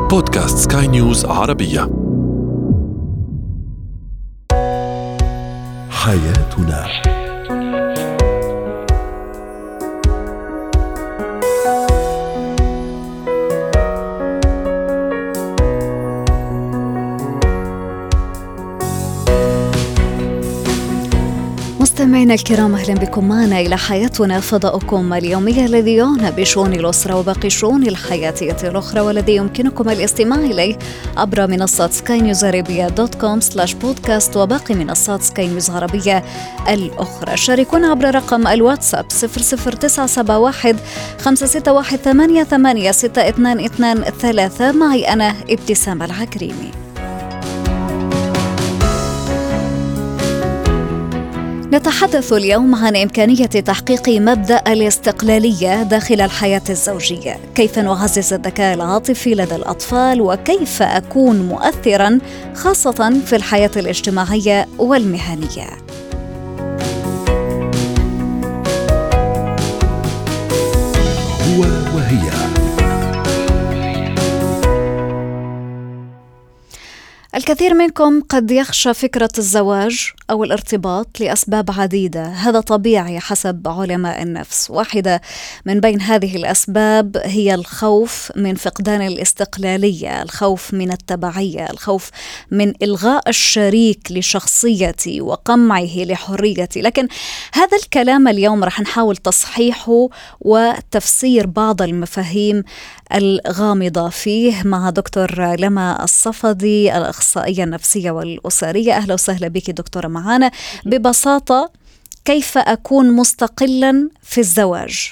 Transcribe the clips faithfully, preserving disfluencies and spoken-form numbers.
بودكاست سكاي نيوز عربية. حياتنا. مستمعينا الكرام، أهلا بكم معنا إلى حياتنا، فضاؤكم اليومي الذي يعنى بشؤون الأسرة وباقي الشؤون الحياتية الأخرى، والذي يمكنكم الاستماع إليه عبر منصات سكاي نيوز عربية دوت كوم سلاش بودكاست وباقي منصات سكاي نيوز عربية الأخرى. شاركونا عبر رقم الواتساب صفر صفر تسعة سبعة واحد خمسة ستة واحد ثمانية ثمانية ستة اثنان اثنان ثلاثة. معي أنا ابتسام العكريمي. نتحدث اليوم عن إمكانية تحقيق مبدأ الاستقلالية داخل الحياة الزوجية، كيف نعزز الذكاء العاطفي لدى الأطفال، وكيف أكون مؤثراً خاصة في الحياة الاجتماعية والمهنية. هو وهي. الكثير منكم قد يخشى فكرة الزواج أو الارتباط لأسباب عديدة، هذا طبيعي حسب علماء النفس. واحدة من بين هذه الأسباب هي الخوف من فقدان الاستقلالية، الخوف من التبعية، الخوف من إلغاء الشريك لشخصيتي وقمعه لحريتي. لكن هذا الكلام اليوم رح نحاول تصحيحه وتفسير بعض المفاهيم الغامضة فيه مع دكتور لما الصفدي، الأخصائية النفسية والأسرية. أهلا وسهلا بك دكتورة معنا. ببساطة، كيف أكون مستقلا في الزواج؟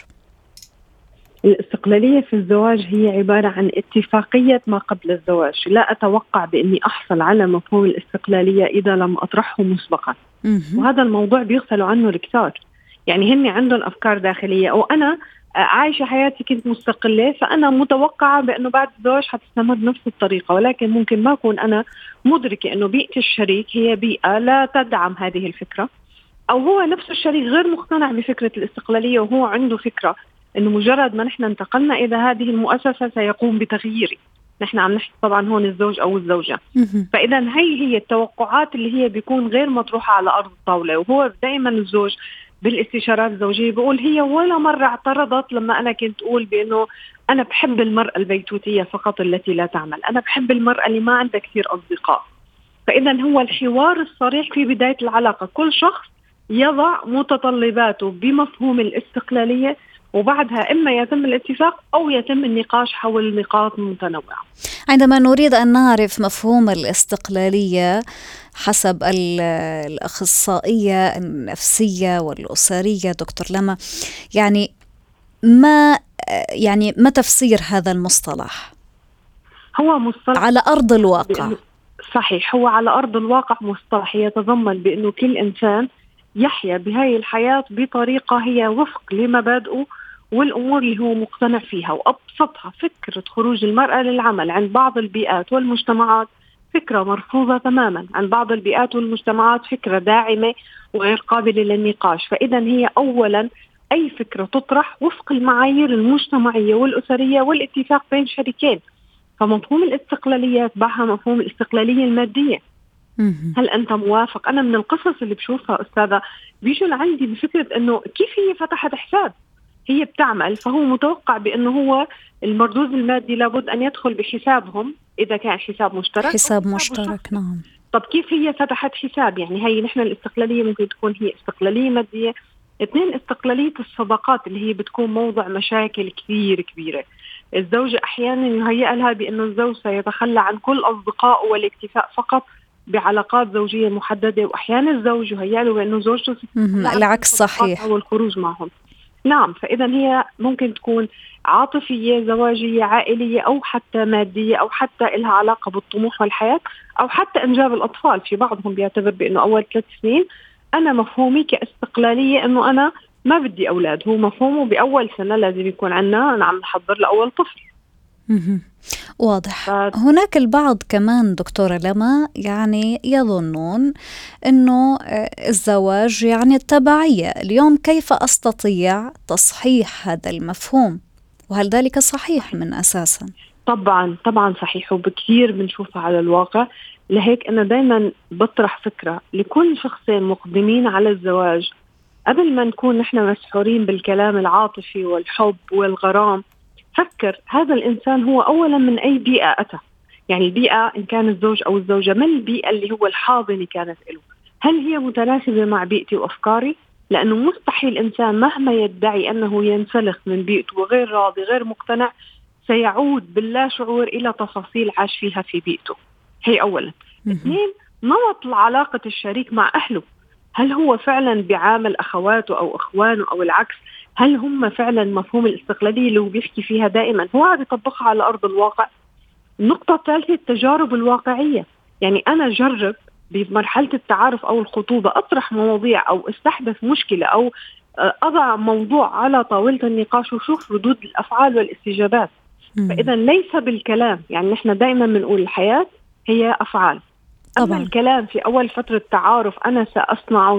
الاستقلالية في الزواج هي عبارة عن اتفاقية ما قبل الزواج. لا أتوقع بأني أحصل على مفهوم الاستقلالية إذا لم أطرحه مسبقا. وهذا الموضوع بيغسلوا عنه الكثار، يعني هن عندهم أفكار داخلية، أو أنا عايشة حياتي كنت مستقلة، فأنا متوقعة بأنه بعد الزواج حتستمر نفس الطريقة، ولكن ممكن ما أكون أنا مدركة أنه بيئة الشريك هي بيئة لا تدعم هذه الفكرة، أو هو نفس الشريك غير مقتنع بفكرة الاستقلالية، وهو عنده فكرة أنه مجرد ما نحن انتقلنا إلى هذه المؤسسة سيقوم بتغييري. نحن عم نحكي طبعا هون الزوج أو الزوجة. فإذا هي هي التوقعات اللي هي بيكون غير مطروحة على أرض الطاولة. وهو دائما الزوج بالاستشارات الزوجية بقول هي ولا مرة اعترضت لما أنا كنت أقول بأنه أنا بحب المرأة البيتوتية فقط التي لا تعمل، أنا بحب المرأة اللي ما عندها كثير أصدقاء. فإذا هو الحوار الصريح في بداية العلاقة، كل شخص يضع متطلباته بمفهوم الاستقلالية، وبعدها إما يتم الاتفاق أو يتم النقاش حول نقاط متنوعة. عندما نريد أن نعرف مفهوم الاستقلالية حسب الأخصائية النفسية والأسرية دكتور لما، يعني ما يعني ما تفسير هذا المصطلح؟ هو مصطلح على أرض الواقع. صحيح، هو على أرض الواقع مصطلح يتضمن بأنه كل إنسان يحيا بهاي الحياة بطريقة هي وفق لمبادئه والأمور اللي هو مقتنع فيها. وأبسطها فكرة خروج المرأة للعمل عند بعض البيئات والمجتمعات فكرة مرفوضة تماما، عند بعض البيئات والمجتمعات فكرة داعمة وغير قابلة للنقاش. فإذا هي أولا أي فكرة تطرح وفق المعايير المجتمعية والأسرية والاتفاق بين شريكين. فمفهوم الاستقلالية يتبعها مفهوم الاستقلالية المادية. هل أنت موافق؟ أنا من القصص اللي بشوفها أستاذة بيجوا عندي بفكرة أنه كيف هي فتحت حساب، هي بتعمل، فهو متوقع بأنه هو المردود المادي لابد أن يدخل بحسابهم إذا كان حساب مشترك. حساب مشترك، نعم. طب كيف هي فتحت حساب؟ يعني هي نحن الاستقلالية ممكن تكون هي استقلالية مادية. اثنين، استقلالية الصداقات اللي هي بتكون موضع مشاكل كثير كبيرة. الزوجة أحيانا يهيأ لها بأنه الزوج سيتخلى عن كل أصدقائه والاكتفاء فقط بعلاقات زوجية محددة، وأحيانا الزوج يهيأ له بأنه زوجته العكس صحيح أو الخروج معهم. نعم، فإذا هي ممكن تكون عاطفية، زواجية، عائلية، أو حتى مادية، أو حتى إلها علاقة بالطموح والحياة، أو حتى إنجاب الأطفال. في بعضهم بيعتبر بأنه أول ثلاث سنين أنا مفهومي كاستقلالية أنه أنا ما بدي أولاد، هو مفهومه بأول سنة لازم يكون عنا أنا عم نحضر لأول طفل. واضح. ف... هناك البعض كمان دكتورة لما يعني يظنون أنه الزواج يعني التبعية. اليوم كيف أستطيع تصحيح هذا المفهوم، وهل ذلك صحيح من أساسا؟ طبعا طبعا صحيح، وبكثير بنشوفها على الواقع. لهيك أنا دايما بطرح فكرة لكل شخصين مقدمين على الزواج، قبل ما نكون نحن مسحورين بالكلام العاطفي والحب والغرام، فكر هذا الإنسان هو أولا من أي بيئة أتى. يعني البيئة إن كان الزوج أو الزوجة، من البيئة اللي هو الحاضنة كانت له، هل هي متناسبة مع بيئتي وأفكاري؟ لأنه مستحيل إنسان مهما يدعي أنه ينسلخ من بيئته وغير راضي غير مقتنع سيعود باللا شعور إلى تفاصيل عاش فيها في بيئته. هي أولا. اثنين، نمط علاقة الشريك مع أهله، هل هو فعلا بيعامل أخواته أو أخوانه أو العكس؟ هل هم فعلا مفهوم الاستقلالية اللي هو بيحكي فيها دائما هو عم يطبقها على أرض الواقع؟ النقطة الثالثة، التجارب الواقعية. يعني أنا جرب بمرحلة التعارف أو الخطوبة أطرح مواضيع أو استحدث مشكلة أو أضع موضوع على طاولة النقاش وشوف ردود الأفعال والاستجابات. فإذا ليس بالكلام، يعني نحن دائما بنقول الحياة هي أفعال. أما طبعا الكلام في أول فترة تعارف أنا سأصنع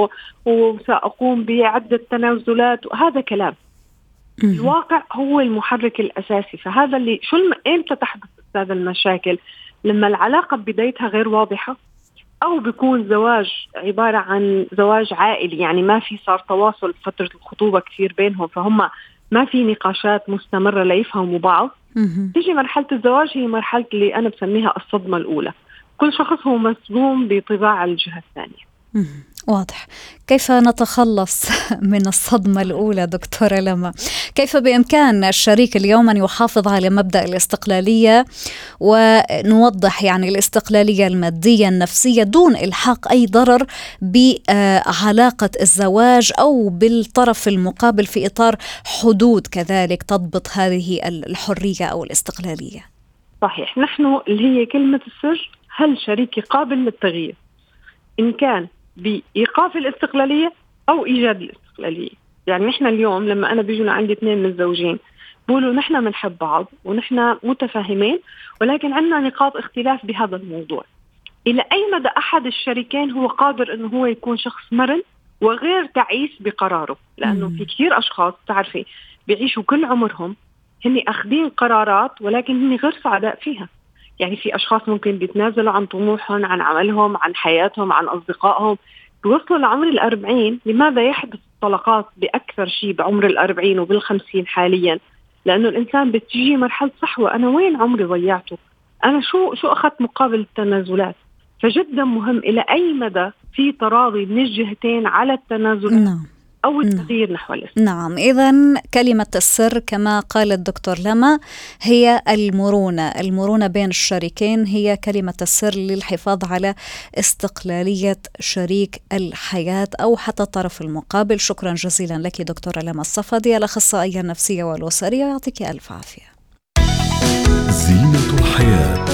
وسأقوم بعدة تنازلات، وهذا كلام. مم. الواقع هو المحرك الأساسي. فهذا اللي شو الم... إمتى تحدث هذا المشاكل؟ لما العلاقة بدايتها غير واضحة، أو بيكون زواج عبارة عن زواج عائلي، يعني ما في صار تواصل فترة الخطوبة كثير بينهم، فهم ما في نقاشات مستمرة ليفهموا بعض. مم. تيجي مرحلة الزواج، هي مرحلة اللي أنا بسميها الصدمة الأولى. كل شخص هو مصدوم بطباع الجهة الثانية. واضح. كيف نتخلص من الصدمة الأولى دكتورة لما؟ كيف بإمكان الشريك اليوم أن يحافظ على مبدأ الاستقلالية، ونوضح يعني الاستقلالية المادية النفسية دون إلحاق أي ضرر بعلاقة الزواج أو بالطرف المقابل، في إطار حدود كذلك تضبط هذه الحرية أو الاستقلالية؟ صحيح. نحن اللي هي كلمة السر، هل شريكي قابل للتغيير؟ إن كان بإيقاف الاستقلالية أو إيجاد الاستقلالية. يعني نحن اليوم لما أنا بيجونا عندي اثنين من الزوجين بقولوا نحن منحب بعض ونحن متفاهمين، ولكن عندنا نقاط اختلاف بهذا الموضوع، إلى أي مدى أحد الشريكين هو قادر أنه هو يكون شخص مرن وغير تعيس بقراره؟ لأنه في كثير أشخاص تعرفي بيعيشوا كل عمرهم هني أخذين قرارات ولكن هني غير سعداء فيها. يعني في أشخاص ممكن بيتنازلوا عن طموحهم، عن عملهم، عن حياتهم، عن أصدقائهم، بيوصلوا لعمر الأربعين. لماذا يحدث الطلاقات بأكثر شيء بعمر الأربعين وبالخمسين حاليا؟ لأنه الإنسان بتجي مرحلة صحوة، أنا وين عمري ضيعته؟ أنا شو شو أخذت مقابل التنازلات؟ فجدا مهم إلى أي مدى في تراضي من الجهتين على التنازلات نعم. أو التغيير نحو الاستقلال. نعم. إذن كلمة السر كما قال الدكتور لما هي المرونة. المرونة بين الشريكين هي كلمة السر للحفاظ على استقلالية شريك الحياة أو حتى الطرف المقابل. شكرا جزيلا لك دكتورة لما الصفدي، الأخصائية النفسية والأسرية، يعطيك ألف عافية. زينة الحياة.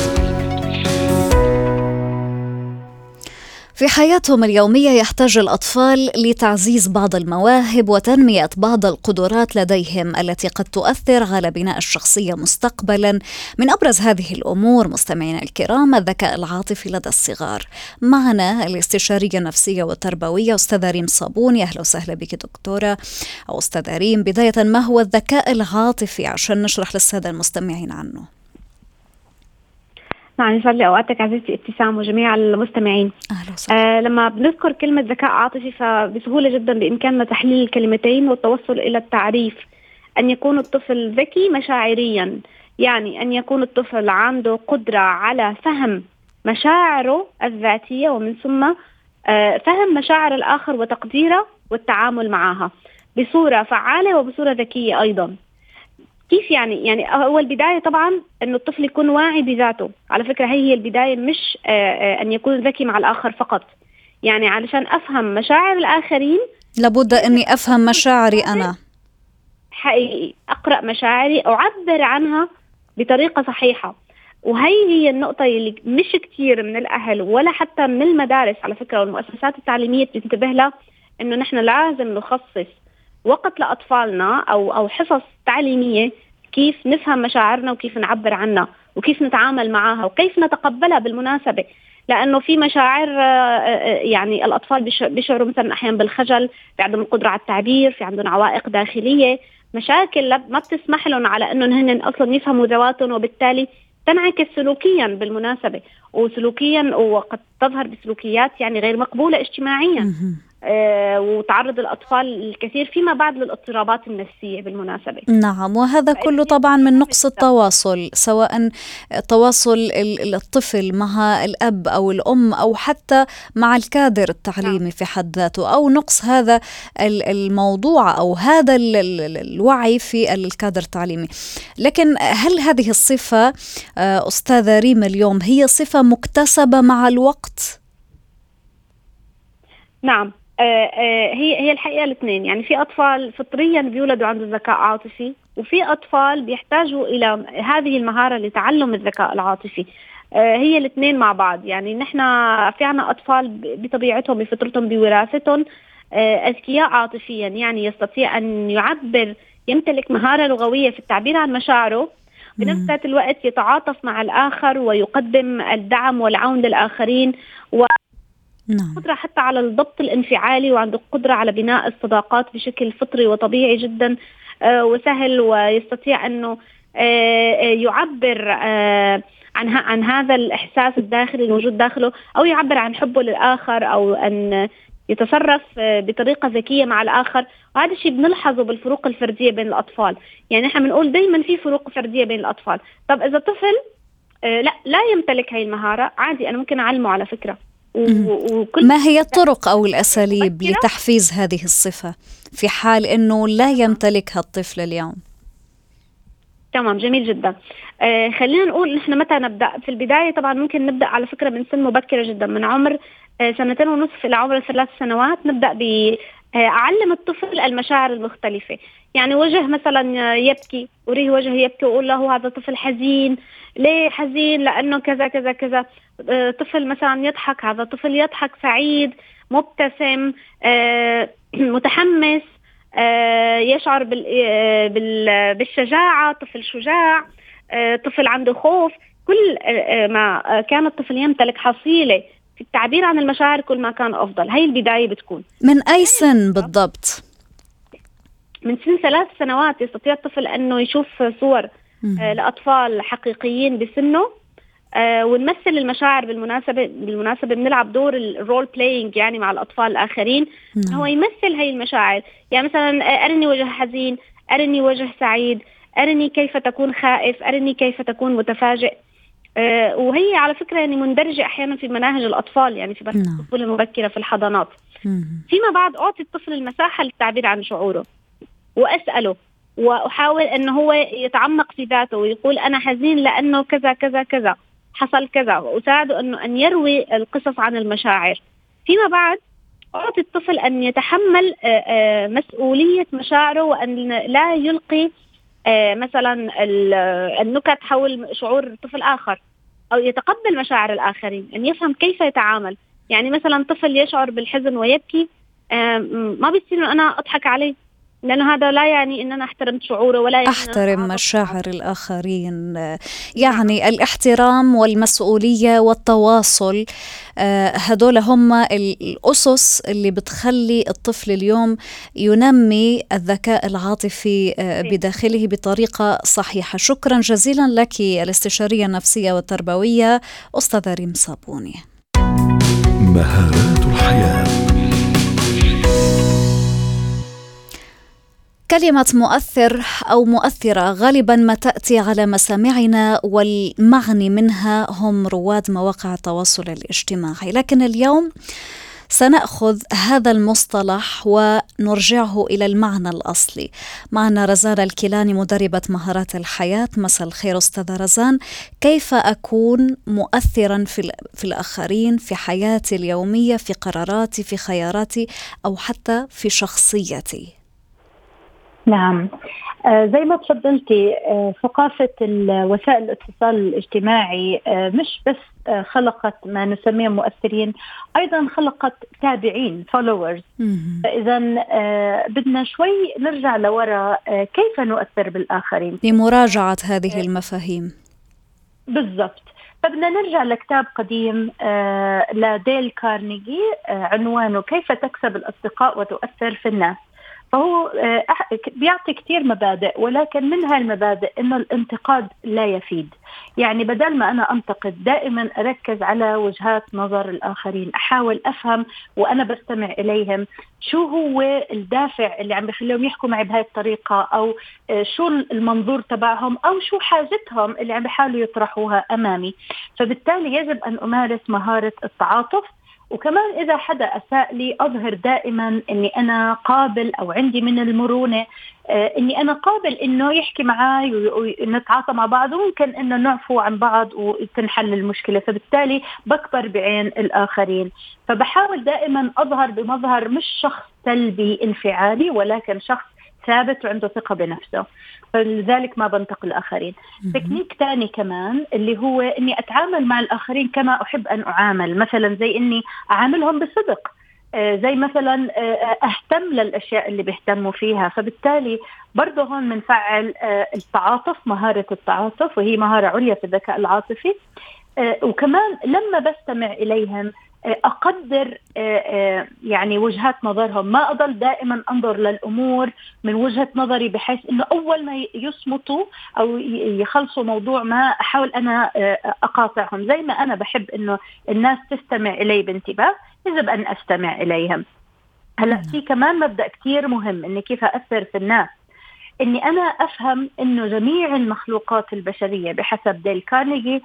في حياتهم اليومية يحتاج الأطفال لتعزيز بعض المواهب وتنمية بعض القدرات لديهم التي قد تؤثر على بناء الشخصية مستقبلا. من أبرز هذه الأمور مستمعينا الكرام الذكاء العاطفي لدى الصغار. معنا الاستشارية النفسية والتربوية أستاذة ريم صابوني. أهلا وسهلا بك دكتورة أو أستاذة ريم. بداية، ما هو الذكاء العاطفي عشان نشرح للسادة المستمعين عنه؟ نعم، يسعد لي أوقاتك عزيزتي ابتسام وجميع المستمعين. آه لما بنذكر كلمة ذكاء عاطفي فبسهولة جدا بإمكاننا تحليل الكلمتين والتوصل إلى التعريف. أن يكون الطفل ذكي مشاعريا، يعني أن يكون الطفل عنده قدرة على فهم مشاعره الذاتية ومن ثم آه فهم مشاعر الآخر وتقديره والتعامل معها بصورة فعالة وبصورة ذكية أيضا. كيف يعني؟ يعني أول بداية طبعا أنه الطفل يكون واعي بذاته. على فكرة هي هي البداية، مش أن يكون ذكي مع الآخر فقط. يعني علشان أفهم مشاعر الآخرين لابد أني أفهم مشاعري أنا حقيقي، أقرأ مشاعري، أعبر عنها بطريقة صحيحة. وهي هي النقطة اللي مش كتير من الأهل ولا حتى من المدارس على فكرة والمؤسسات التعليمية بتنتبه لها، أنه نحن لازم نخصص وقت لأطفالنا أو أو حصص تعليمية كيف نفهم مشاعرنا وكيف نعبر عنها وكيف نتعامل معها وكيف نتقبلها بالمناسبة. لأنه في مشاعر يعني الأطفال بيشعروا مثلا أحيانا بالخجل، في عندهم القدرة على التعبير، في عندهم عوائق داخلية، مشاكل ما بتسمح لهم على أنهم هن أصلا يفهموا ذواتهم، وبالتالي تنعكس سلوكيا بالمناسبة، وسلوكيا وقد تظهر بسلوكيات يعني غير مقبولة اجتماعيا. آه وتعرض الأطفال الكثير فيما بعد للاضطرابات النفسية بالمناسبة. نعم، وهذا كله طبعا من نقص التواصل، سواء تواصل الطفل مع الأب أو الأم أو حتى مع الكادر التعليمي في حد ذاته، أو نقص هذا الموضوع أو هذا الوعي في الكادر التعليمي. لكن هل هذه الصفة أستاذة ريم اليوم هي صفة مكتسبة مع الوقت؟ نعم، هي هي الحقيقة الاثنين. يعني في أطفال فطريا بيولدوا عندهم ذكاء عاطفي، وفي أطفال بيحتاجوا إلى هذه المهارة لتعلم الذكاء العاطفي. هي الاثنين مع بعض. يعني نحن في عنا أطفال بطبيعتهم بفطرتهم بوراثتهم أذكياء عاطفيا، يعني يستطيع أن يعبر، يمتلك مهارة لغوية في التعبير عن مشاعره، بنفس الوقت يتعاطف مع الآخر ويقدم الدعم والعون للآخرين، و نعم. قدرة حتى على الضبط الانفعالي، وعنده قدرة على بناء الصداقات بشكل فطري وطبيعي جدا آه وسهل، ويستطيع أنه آه يعبر آه عن, عن هذا الإحساس الداخلي الموجود داخله، أو يعبر عن حبه للآخر، أو أن يتصرف آه بطريقة ذكية مع الآخر. وهذا الشيء بنلحظه بالفروق الفردية بين الأطفال. يعني نحن بنقول دايما في فروق فردية بين الأطفال. طب إذا طفل آه لا لا يمتلك هاي المهارة، عادي أنا ممكن أعلمه على فكرة. وكل ما هي الطرق أو الأساليب لتحفيز هذه الصفة في حال أنه لا يمتلكها الطفل اليوم؟ تمام، جميل جدا. آه خلينا نقول نحن متى نبدأ. في البداية طبعا ممكن نبدأ على فكرة من سن مبكرة جدا، من عمر آه سنتين ونصف إلى عمر ثلاث سنوات. نبدأ بأعلم الطفل المشاعر المختلفة. يعني وجه مثلا يبكي، أريه وجه يبكي وأقول له هذا طفل حزين. ليه حزين؟ لأنه كذا كذا كذا. طفل مثلا يضحك، هذا طفل يضحك سعيد مبتسم آه متحمس آه يشعر بالشجاعة، طفل شجاع. آه طفل عنده خوف. كل آه ما كان الطفل يمتلك حصيلة في التعبير عن المشاعر كل ما كان أفضل. هاي البداية بتكون من أي سن بالضبط؟ من سن ثلاث سنوات يستطيع الطفل أنه يشوف صور آه لأطفال حقيقيين بسنه، آه ونمثل المشاعر. بالمناسبة بالمناسبة بنلعب دور الرول بلاينج يعني مع الأطفال الآخرين. مم. هو يمثل هاي المشاعر. يعني مثلا أرني وجه حزين، أرني وجه سعيد، أرني كيف تكون خائف، أرني كيف تكون متفاجئ. آه وهي على فكرة يعني مندرجة أحيانا في مناهج الأطفال، يعني في برنامج الطفولة المبكرة في الحضانات. مم. فيما بعد أعطي الطفل المساحة للتعبير عن شعوره، وأسأله وأحاول أنه هو يتعمق في ذاته ويقول أنا حزين لأنه كذا كذا كذا حصل كذا، وأساعده أنه أن يروي القصص عن المشاعر. فيما بعد أعطي الطفل أن يتحمل مسؤولية مشاعره، وأن لا يلقي مثلا النكت حول شعور طفل آخر، أو يتقبل مشاعر الآخرين، أن يفهم كيف يتعامل. يعني مثلا طفل يشعر بالحزن ويبكي، ما بيصير أنا أضحك عليه، لأنه هذا لا يعني أن أنا احترمت شعوره، ولا يعني أحترم مشاعر الآخرين. يعني الاحترام والمسؤولية والتواصل، هذول هم الأسس اللي بتخلي الطفل اليوم ينمي الذكاء العاطفي بداخله بطريقة صحيحة. شكرا جزيلا لك الاستشارية النفسية والتربوية أستاذة ريم صابوني. مهارات الحياة. كلمة مؤثر أو مؤثرة غالبا ما تأتي على مسامعنا، والمعني منها هم رواد مواقع التواصل الاجتماعي. لكن اليوم سنأخذ هذا المصطلح ونرجعه إلى المعنى الأصلي. معنا رزان الكيلاني، مدربة مهارات الحياة. مساء الخير أستاذة رزان. كيف أكون مؤثرا في, في الآخرين، في حياتي اليومية، في قراراتي، في خياراتي، أو حتى في شخصيتي؟ نعم، آه زي ما تفضلتي، آه ثقافة وسائل الاتصال الاجتماعي آه مش بس آه خلقت ما نسميه مؤثرين، أيضا خلقت تابعين followers. فإذا آه بدنا شوي نرجع لورا، آه كيف نؤثر بالآخرين لمراجعة هذه المفاهيم. بالضبط. فبدنا نرجع لكتاب قديم آه لديل كارنيجي، آه عنوانه كيف تكسب الأصدقاء وتؤثر في الناس. فهو بيعطي كتير مبادئ، ولكن من هاي المبادئ إنه الانتقاد لا يفيد. يعني بدل ما أنا أنتقد دائما أركز على وجهات نظر الآخرين، أحاول أفهم وأنا بستمع إليهم شو هو الدافع اللي عم بيخليهم يحكوا معي بهاي الطريقة، أو شو المنظور تبعهم، أو شو حاجتهم اللي عم بيحاولوا يطرحوها أمامي. فبالتالي يجب أن أمارس مهارة التعاطف. وكمان إذا حدا أساء لي أظهر دائما أني أنا قابل أو عندي من المرونة، آه أني أنا قابل أنه يحكي معي ونتعاطى مع بعض، وممكن أنه نعفو عن بعض وتنحل المشكلة. فبالتالي بكبر بعين الآخرين. فبحاول دائما أظهر بمظهر مش شخص سلبي انفعالي، ولكن شخص ثابت وعنده ثقة بنفسه. فلذلك ما بنتقد الآخرين. تكنيك تاني كمان اللي هو إني أتعامل مع الآخرين كما أحب أن أعامل، مثلا زي إني أعاملهم بصدق، آه زي مثلا آه أهتم للأشياء اللي بيهتموا فيها. فبالتالي برضه هون منفعل آه التعاطف، مهارة التعاطف، وهي مهارة عليا في الذكاء العاطفي. آه وكمان لما بستمع إليهم أقدر يعني وجهات نظرهم، ما أضل دائما أنظر للأمور من وجهة نظري، بحيث أنه أول ما يصمتوا أو يخلصوا موضوع ما أحاول أنا أقاطعهم. زي ما أنا بحب أنه الناس تستمع إلي بانتباه، يجب أن أستمع إليهم. هلأ في كمان مبدأ كتير مهم إني كيف أثر في الناس، إني أنا أفهم إنه جميع المخلوقات البشرية بحسب ديل كارنيجي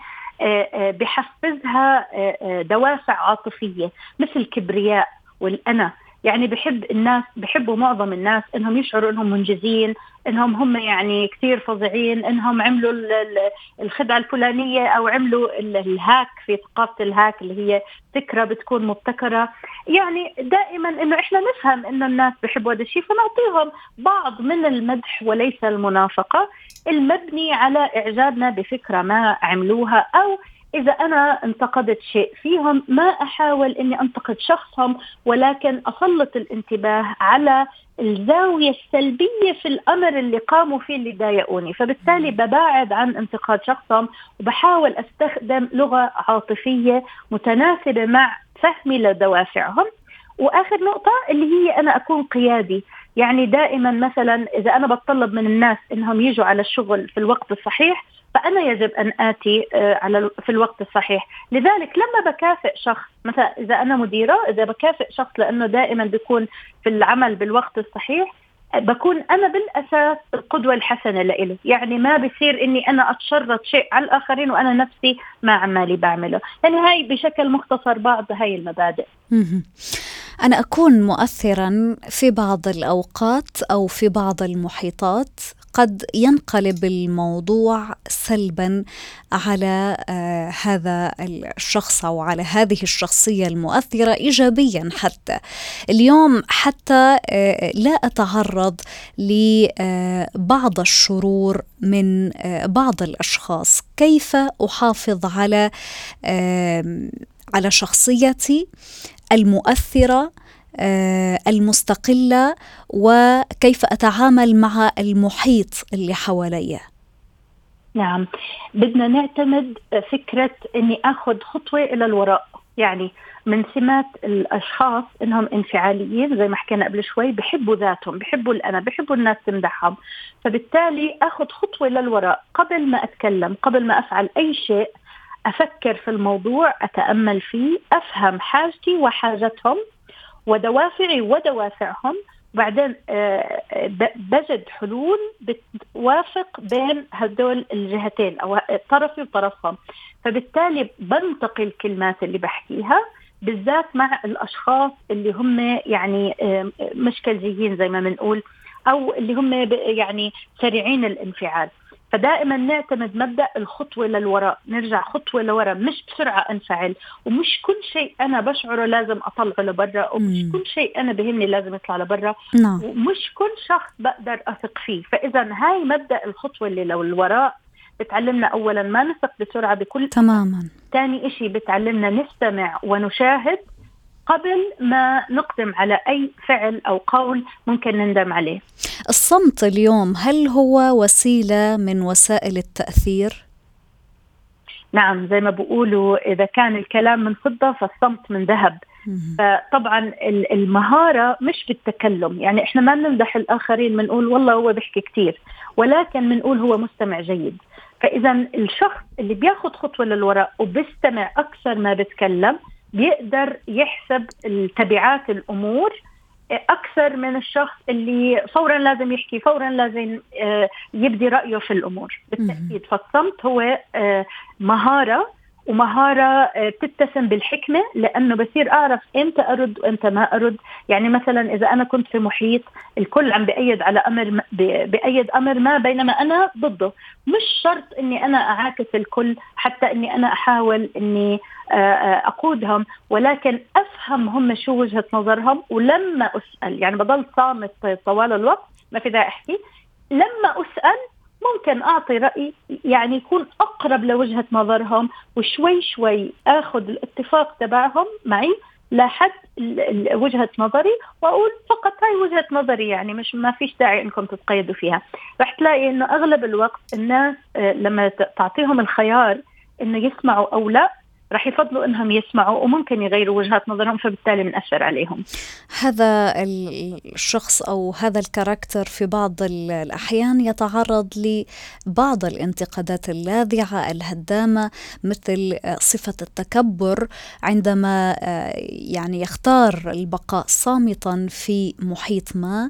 بحفزها دوافع عاطفية مثل الكبرياء والأنا. يعني بحب الناس، بحبوا معظم الناس إنهم يشعروا إنهم منجزين، إنهم هم يعني كثير فظيعين، إنهم عملوا الخدعة الفلانية أو عملوا الهاك، في ثقافة الهاك اللي هي فكرة بتكون مبتكرة. يعني دائما إنه إحنا نفهم إنه الناس بحبوا هذا الشيء، فنعطيهم بعض من المدح وليس المنافقة المبني على إعجابنا بفكرة ما عملوها. أو إذا أنا انتقدت شيء فيهم ما أحاول إني أنتقد شخصهم، ولكن أسلط الانتباه على الزاوية السلبية في الأمر اللي قاموا فيه اللي ضايقوني. فبالتالي بباعد عن انتقاد شخصهم، وبحاول أستخدم لغة عاطفية متناسبة مع فهمي لدوافعهم. وآخر نقطة اللي هي أنا أكون قيادي. يعني دائما مثلا إذا أنا بطلب من الناس إنهم يجوا على الشغل في الوقت الصحيح، فأنا يجب أن آتي على في الوقت الصحيح. لذلك لما بكافئ شخص، مثلا إذا أنا مديرة، إذا بكافئ شخص لأنه دائما بيكون في العمل بالوقت الصحيح، بكون أنا بالأساس القدوة الحسنة لإله. يعني ما بصير إني أنا أتشرط شيء على الآخرين وأنا نفسي ما عمالي بعمله. يعني هاي بشكل مختصر بعض هاي المبادئ. أنا أكون مؤثرا في بعض الأوقات أو في بعض المحيطات، قد ينقلب الموضوع سلبا على آه هذا الشخص أو على هذه الشخصية المؤثرة إيجابيا. حتى اليوم حتى آه لا أتعرض لبعض الشرور من آه بعض الأشخاص. كيف أحافظ على آه على شخصيتي المؤثرة المستقلة، وكيف أتعامل مع المحيط اللي حواليا؟ نعم، بدنا نعتمد فكرة أني أخذ خطوة إلى الوراء. يعني من سمات الأشخاص إنهم انفعاليين، زي ما حكينا قبل شوي، بحبوا ذاتهم، بحبوا الأنا، بحبوا الناس تمدحهم. فبالتالي أخذ خطوة للوراء قبل ما أتكلم، قبل ما أفعل أي شيء، أفكر في الموضوع، أتأمل فيه، أفهم حاجتي وحاجتهم ودوافعي ودوافعهم، وبعدين بجد حلول بتوافق بين هدول الجهتين أو طرفي وطرفهم. فبالتالي بنتقي الكلمات اللي بحكيها، بالذات مع الأشخاص اللي هم يعني مشكلجيين زي ما بنقول، أو اللي هم يعني سريعين الانفعال. فدائما نعتمد مبدأ الخطوة للوراء، نرجع خطوة لوراء، مش بسرعة أنفعل، ومش كل شيء أنا بشعره لازم أطلعه لبرا، ومش كل شيء أنا بهمني لازم يطلع لبرا، ومش كل شخص بقدر أثق فيه. فإذا هاي مبدأ الخطوة اللي للوراء بتعلمنا أولا ما نثق بسرعة بكل تماما. ثاني إشي بتعلمنا نستمع ونشاهد قبل ما نقدم على أي فعل أو قول ممكن نندم عليه. الصمت اليوم هل هو وسيلة من وسائل التأثير؟ نعم، زي ما بقولوا إذا كان الكلام من فضة فالصمت من ذهب. فطبعا المهارة مش بالتكلم، يعني إحنا ما بنمدح الآخرين بنقول والله هو بيحكي كتير، ولكن بنقول هو مستمع جيد. فإذا الشخص اللي بياخد خطوة للوراء وبيستمع أكثر ما بيتكلم بيقدر يحسب التبعات الأمور أكثر من الشخص اللي فورا لازم يحكي، فورا لازم يبدي رأيه في الأمور. بالتأكيد فالصمت هو مهارة، ومهارة تتسم بالحكمة، لأنه بصير أعرف إمتى أرد وإمتى ما أرد. يعني مثلا إذا أنا كنت في محيط الكل عم بأيد على أمر بأيد أمر ما بينما أنا ضده، مش شرط إني أنا أعاكس الكل حتى إني أنا أحاول إني أقودهم، ولكن أفهم هم شو وجهة نظرهم. ولما أسأل يعني بضل صامت طوال الوقت، ما في داعي أحكي. لما أسأل ممكن أعطي رأي يعني يكون أقرب لوجهة نظرهم، وشوي شوي أخذ الاتفاق تبعهم معي لحد وجهة نظري، وأقول فقط هاي وجهة نظري، يعني مش ما فيش داعي إنكم تتقيدوا فيها. رح تلاقي إنه أغلب الوقت الناس لما تعطيهم الخيار إنه يسمعوا أو لا رح يفضلوا إنهم يسمعوا، وممكن يغيروا وجهات نظرهم، فبالتالي بنأثر عليهم. هذا الشخص أو هذا الكاركتر في بعض الأحيان يتعرض لبعض الانتقادات اللاذعة الهدامة، مثل صفة التكبر، عندما يعني يختار البقاء صامتا في محيط ما،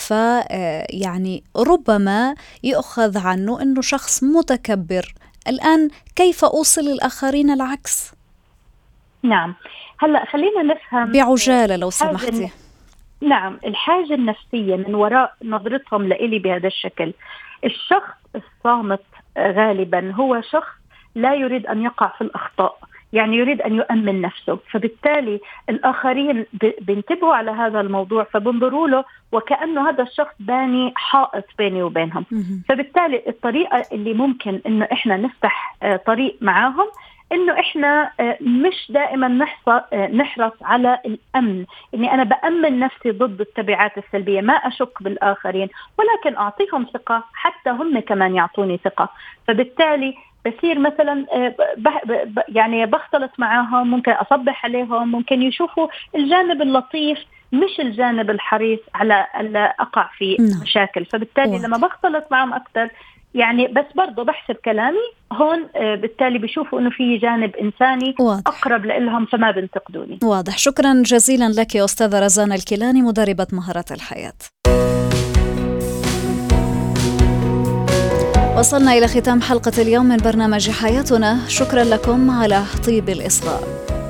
فيعني ربما يؤخذ عنه أنه شخص متكبر. الآن كيف أوصل الآخرين العكس؟ نعم، هلأ خلينا نفهم بعجالة لو سمحتي. نعم، الحاجة النفسية من وراء نظرتهم لإلي بهذا الشكل. الشخص الصامت غالبا هو شخص لا يريد أن يقع في الأخطاء، يعني يريد أن يؤمن نفسه، فبالتالي الآخرين بينتبهوا على هذا الموضوع، فبنظروا له وكأنه هذا الشخص باني حائط بيني وبينهم. فبالتالي الطريقة اللي ممكن إنه إحنا نفتح طريق معاهم إنه إحنا مش دائما نحرص على الأمن، إني أنا بأمن نفسي ضد التبعات السلبية، ما أشك بالآخرين، ولكن أعطيهم ثقة حتى هم كمان يعطوني ثقة. فبالتالي بصير مثلا يعني بختلط معاهم، ممكن أصبح عليهم، ممكن يشوفوا الجانب اللطيف مش الجانب الحريص على ألا أقع في مشاكل. فبالتالي واضح. لما بختلط معهم أكثر يعني بس برضو بحسب كلامي هون، بالتالي بيشوفوا أنه في جانب إنساني واضح. أقرب لهم، فما بنتقدوني. واضح. شكرا جزيلا لك يا أستاذة رزانة الكيلاني، مدربة مهارات الحياة. وصلنا إلى ختام حلقة اليوم من برنامج حياتنا. شكرا لكم على طيب الإصغاء.